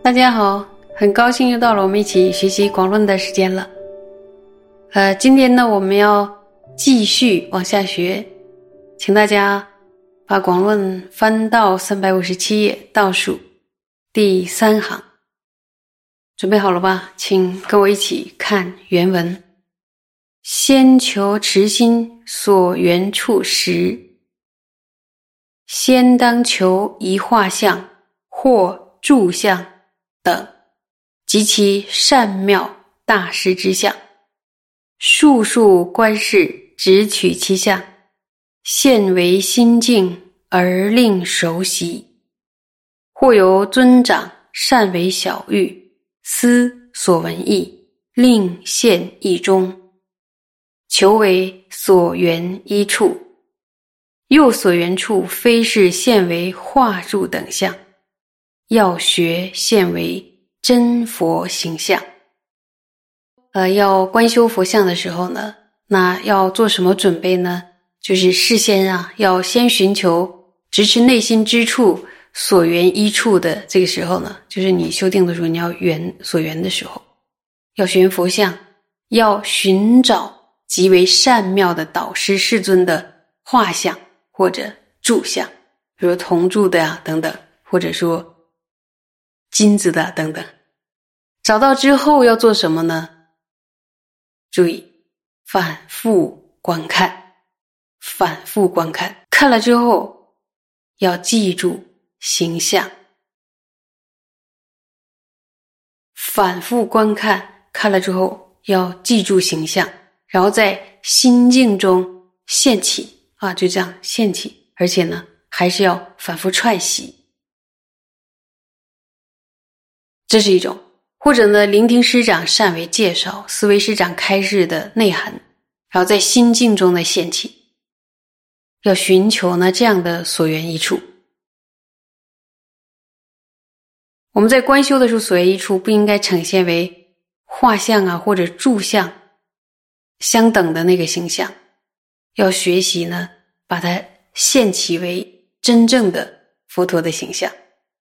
大家好，很高兴又到了我们一起学习广论的时间了。今天呢，我们要继续往下学，请大家把广论翻到357页，倒数第3行。准备好了吧？请跟我一起看原文。先求持心所缘处时，先当求一画像或住相等及其善妙大师之相，数数观视，直取其相，现为心境而令熟悉。或由尊长善为小喻，思所闻义，令现意中，求为所缘一处。又所缘处非是现为画住等相，要学现为真佛形象。要观修佛像的时候呢，那要做什么准备呢？就是事先要先寻求直持内心之处所缘一处的这个时候呢，就是你修定的时候，你要缘所缘的时候，要学佛像，要寻找极为善妙的导师世尊的画像或者住像，比如铜铸的等等，或者说金子的等等。找到之后要做什么呢？注意，反复观看，反复观看，看了之后要记住形象。反复观看，看了之后要记住形象，然后在心境中现起就这样现起，而且呢还是要反复串习。这是一种。或者呢，聆听师长善为介绍，思维师长开示的内涵，然后在心境中的现起，要寻求呢这样的所缘一处。我们在观修的时候，所缘一处不应该呈现为画像或者住像相等的那个形象，要学习呢把它现起为真正的佛陀的形象。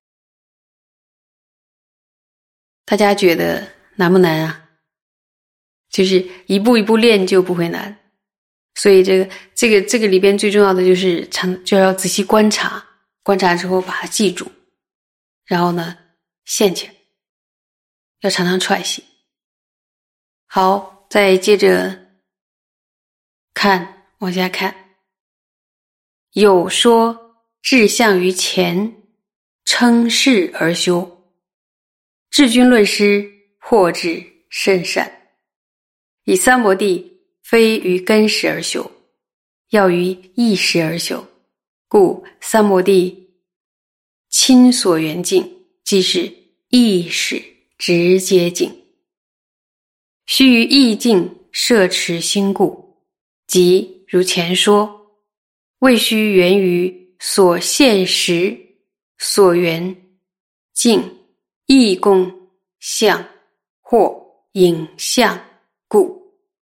大家觉得难不难啊？就是一步一步练就不会难，所以这个里边最重要的就是就要仔细观察，观察之后把它记住，然后呢现起来，要常常串习。好，再接着看，往下看。有说志向于前，称是而修，智君论师破智甚善，以三摩地非于根识而修，要于意识而修，故三摩地亲所缘境，即是意识直接境。须于意境摄持心故，即如前说，未须源于所现实所缘境意供相或影像故。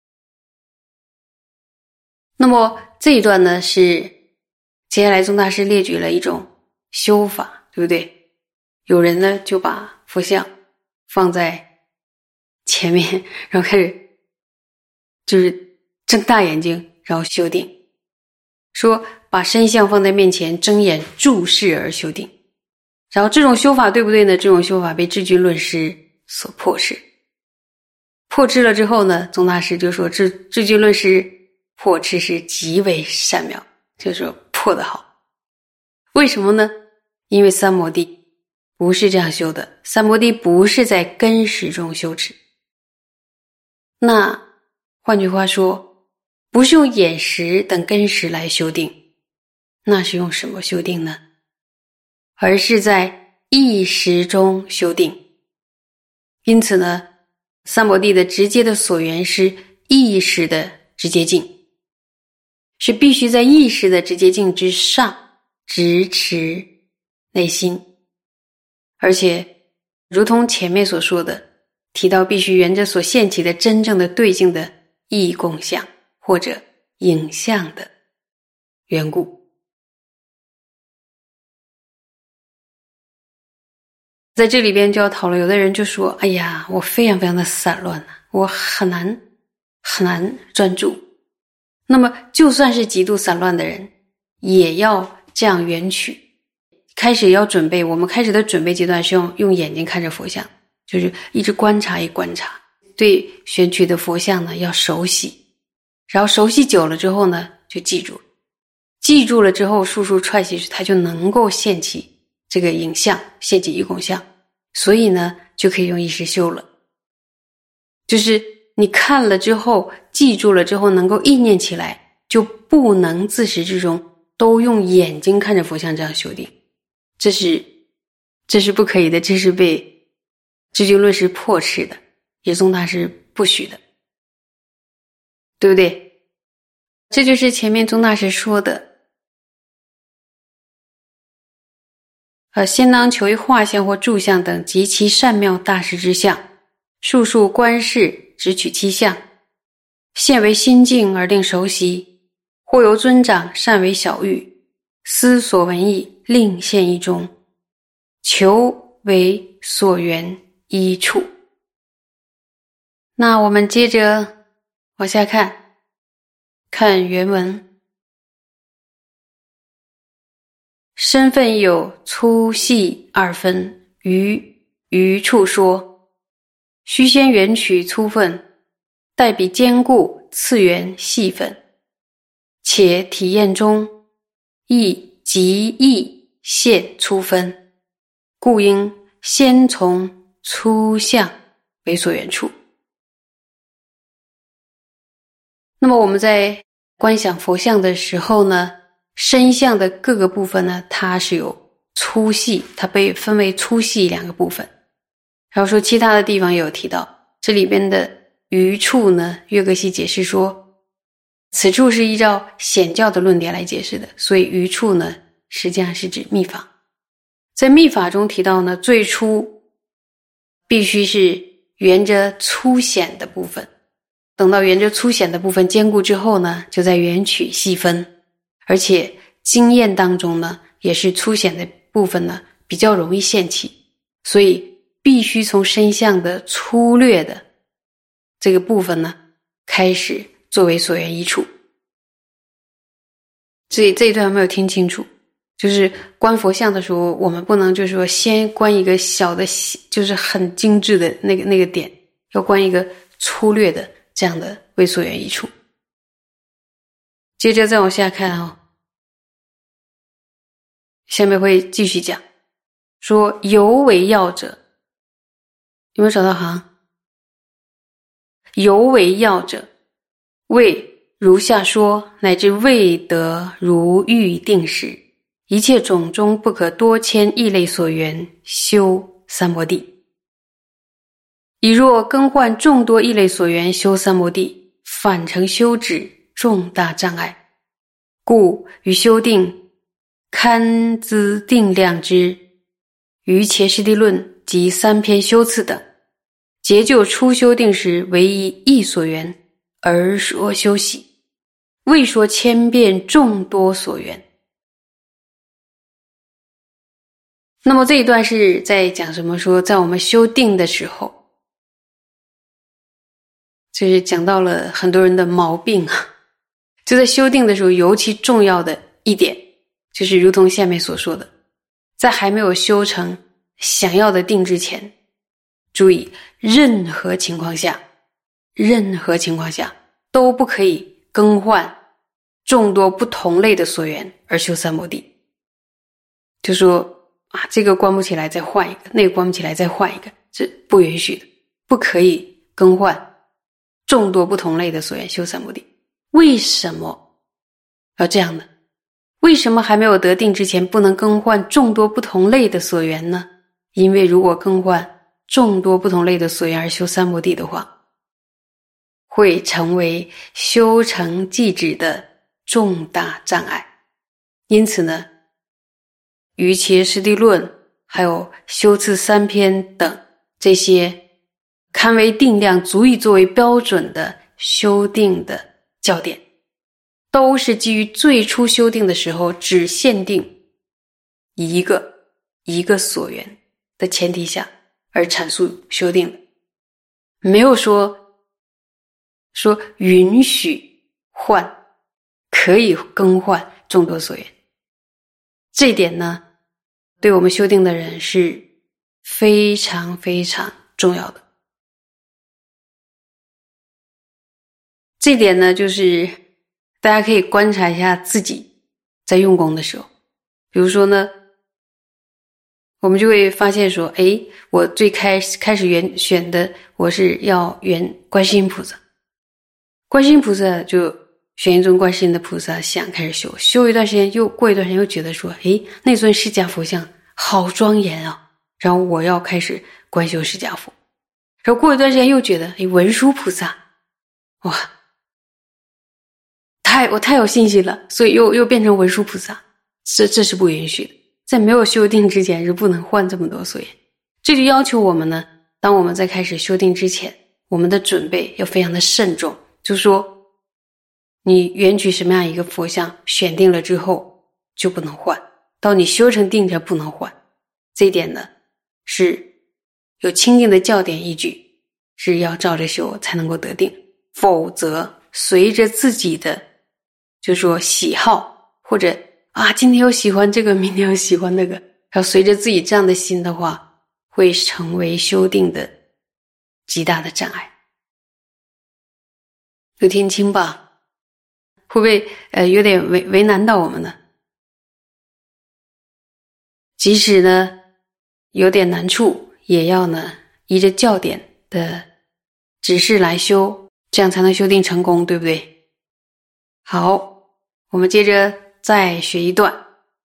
那么这一段呢，是接下来宗大师列举了一种修法，对不对？有人呢就把佛像放在前面，然后开始就是睁大眼睛，然后修定，说把身像放在面前，睁眼注视而修定。然后这种修法对不对呢？这种修法被智君论师所破斥。破斥了之后呢，宗大师就说智君论师破斥是极为善妙，就说破得好。为什么呢？因为三摩地不是这样修的，三摩地不是在根识中修持。那换句话说，不是用眼识等根识来修定，那是用什么修定呢？而是在意识中修定。因此呢，三摩地的直接的所缘是意识的直接境，是必须在意识的直接境之上直持内心。而且如同前面所说的，提到必须沿着所现起的真正的对境的意供相或者影像的缘故。 在这里边就要讨论，有的人就说，哎呀，我非常非常的散乱啊，我很难专注。那么就算是极度散乱的人，也要这样缘取。开始要准备，我们开始的准备阶段是用眼睛看着佛像，就是一直观察对选取的佛像呢要熟悉，然后熟悉久了之后呢就记住了之后，数数串习它就能够现起这个影像，现起一拱像，所以呢就可以用意识修了。就是你看了之后，记住了之后，能够意念起来，就不能自始至终都用眼睛看着佛像这样修定，这是不可以的，这是被智经论师破斥的，也宗大师不许的，对不对？这就是前面宗大师说的，先当求于画像或柱像等及其善妙大师之相，数数观视，只取其相，现为心境而令熟悉，或由尊长善为小喻，思所闻意，令现一中，求为所缘一处。那我们接着往下看原文。身份有粗细二分，于处说，须先缘取粗分，待比坚固，次缘细分，且体验中即意现粗分，故应先从粗相为所缘处。那么我们在观想佛像的时候呢，身相的各个部分呢，它是有粗细，它被分为粗细两个部分。然后说其他的地方也有提到，这里边的余处呢，岳格西解释说，此处是依照显教的论点来解释的，所以余处呢，实际上是指密法。在密法中提到呢，最初必须是沿着粗显的部分，等到沿着粗显的部分坚固之后呢，就再缘取细分，而且经验当中呢，也是粗显的部分呢比较容易现起，所以必须从身相的粗略的这个部分呢开始作为所缘一处。所以这一段没有听清楚，就是观佛像的时候，我们不能就是说先观一个小的，就是很精致的那个点，要观一个粗略的这样的为所缘一处。接着再往下看下面会继续讲，说尤为要者，有没有找到行？尤为要者，为如下说，乃至未得如预定时，一切种中不可多牵异类所缘，修三摩地。以若更换众多异类所缘修三摩地，反成修止重大障碍，故于修定堪资定量之，于切师地论及三篇修次等，皆就初修定时为一异所缘而说修习，未说千变众多所缘。那么这一段是在讲什么？说在我们修定的时候，就是讲到了很多人的毛病啊。就在修定的时候，尤其重要的一点，就是如同下面所说的，在还没有修成想要的定之前，注意任何情况下都不可以更换众多不同类的所缘而修三摩地。就说这个关不起来再换一个，那个关不起来再换一个，这不允许的，不可以更换众多不同类的所缘修三摩地。为什么要这样呢？为什么还没有得定之前不能更换众多不同类的所缘呢？因为如果更换众多不同类的所缘而修三摩地的话，会成为修成寂止的重大障碍。因此呢，于切师地论还有修次三篇等这些堪为定量足以作为标准的修定的教典，都是基于最初修订的时候只限定一个所缘， 的前提下而阐述修订的，没有说允许换，可以更换众多所缘。这一点呢，对我们修订的人是非常非常重要的。这一点呢，就是大家可以观察一下自己在用功的时候，比如说呢，我们就会发现说，我最开始选的我是要圆观世音菩萨，观世音菩萨就选一尊观世音的菩萨像开始修一段时间，过一段时间又觉得说，那尊释迦佛像好庄严啊，然后我要开始观修释迦佛，然后过一段时间又觉得文殊菩萨，哇，我太有信心了，所以又变成文殊菩萨，这是不允许的，在没有修订之前是不能换这么多所缘。这就要求我们呢，当我们在开始修订之前，我们的准备要非常的慎重，就是说你缘取什么样一个佛像选定了之后就不能换，到你修成定者不能换。这一点呢是有清净的教典依据，是要照着修才能够得定，否则随着自己的就是说喜好，或者今天又喜欢这个，明天又喜欢那个，然后随着自己这样的心的话，会成为修订的极大的障碍。有听清吧？会不会有点为难到我们呢？即使呢有点难处，也要呢依着教典的指示来修，这样才能修订成功，对不对？好，我们接着再学一段，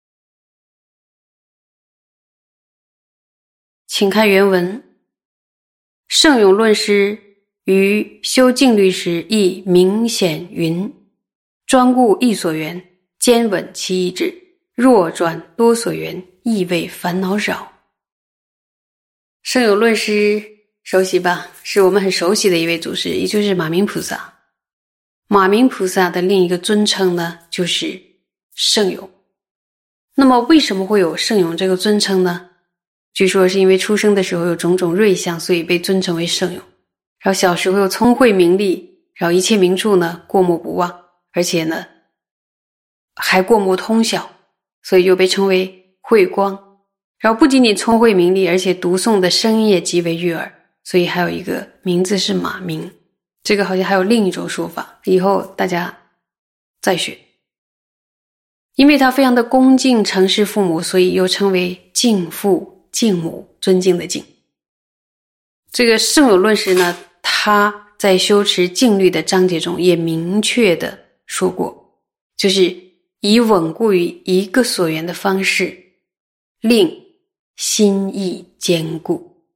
请看原文。圣勇论师于修净律时亦明显云：专顾一所缘，坚稳其意志；若转多所缘，亦为烦恼扰。圣勇论师熟悉吧？是我们很熟悉的一位祖师，也就是马明菩萨。马明菩萨的另一个尊称呢，就是圣勇。那么为什么会有圣勇这个尊称呢？据说是因为出生的时候有种种瑞相，所以被尊称为圣勇。然后小时候又聪慧明利，然后一切名处呢过目不忘，而且呢还过目通晓，所以又被称为慧光。然后不仅仅聪慧明利，而且读诵的声音也极为悦耳，所以还有一个名字是马明。这个好像还有另一种说法，以后大家再学。因为他非常的恭敬承事父母，所以又称为敬父敬母，尊敬的敬。这个圣勇论师呢，他在修持净律的章节中也明确的说过，就是以稳固于一个所缘的方式，令心意坚固。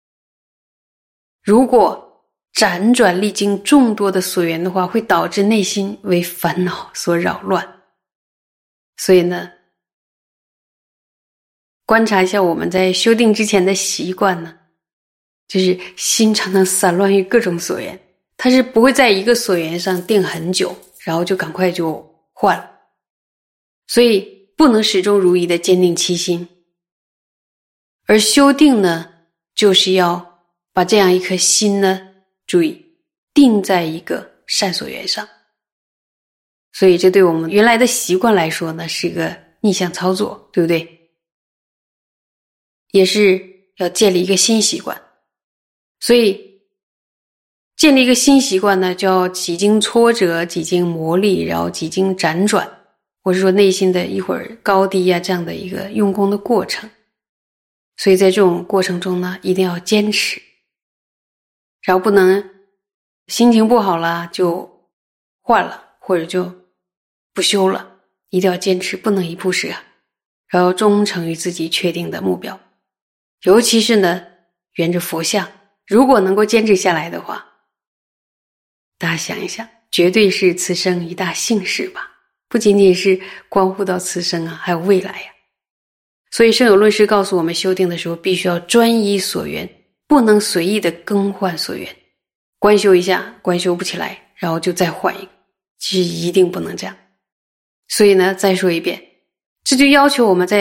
如果辗转历经众多的所缘的话，会导致内心为烦恼所扰乱。所以呢，观察一下我们在修订之前的习惯呢，就是心常常散乱于各种所缘，它是不会在一个所缘上定很久，然后就赶快就换了。所以不能始终如一的坚定其心。而修订呢，就是要把这样一颗心呢，注意定在一个善所缘上。所以这对我们原来的习惯来说呢，是一个逆向操作，对不对？也是要建立一个新习惯。所以建立一个新习惯呢，就要几经挫折，几经磨砺，然后几经辗转，或是说内心的一会儿高低这样的一个用功的过程。所以在这种过程中呢，一定要坚持，然后不能心情不好了就换了，或者就不修了，一定要坚持，不能一步是然后忠诚于自己确定的目标。尤其是呢，缘着佛像，如果能够坚持下来的话，大家想一想，绝对是此生一大幸事吧，不仅仅是关乎到此生还有未来所以圣勇论师告诉我们，修订的时候必须要专一所缘，不能随意的更换所缘。观修一下，观修不起来，然后就再换一个，其实一定不能这样。所以呢，再说一遍，这就要求我们在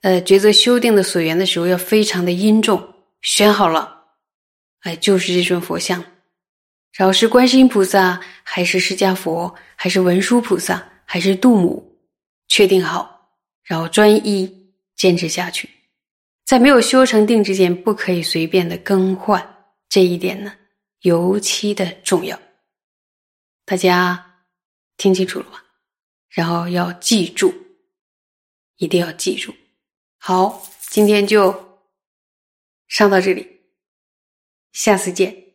抉择修订的所缘的时候要非常的殷重，选好了，就是这尊佛像，然后是观世音菩萨还是释迦佛还是文殊菩萨还是度母，确定好，然后专一坚持下去，在没有修成定之前不可以随便的更换，这一点呢尤其的重要。大家听清楚了吧？然后要记住，一定要记住。好，今天就上到这里，下次见。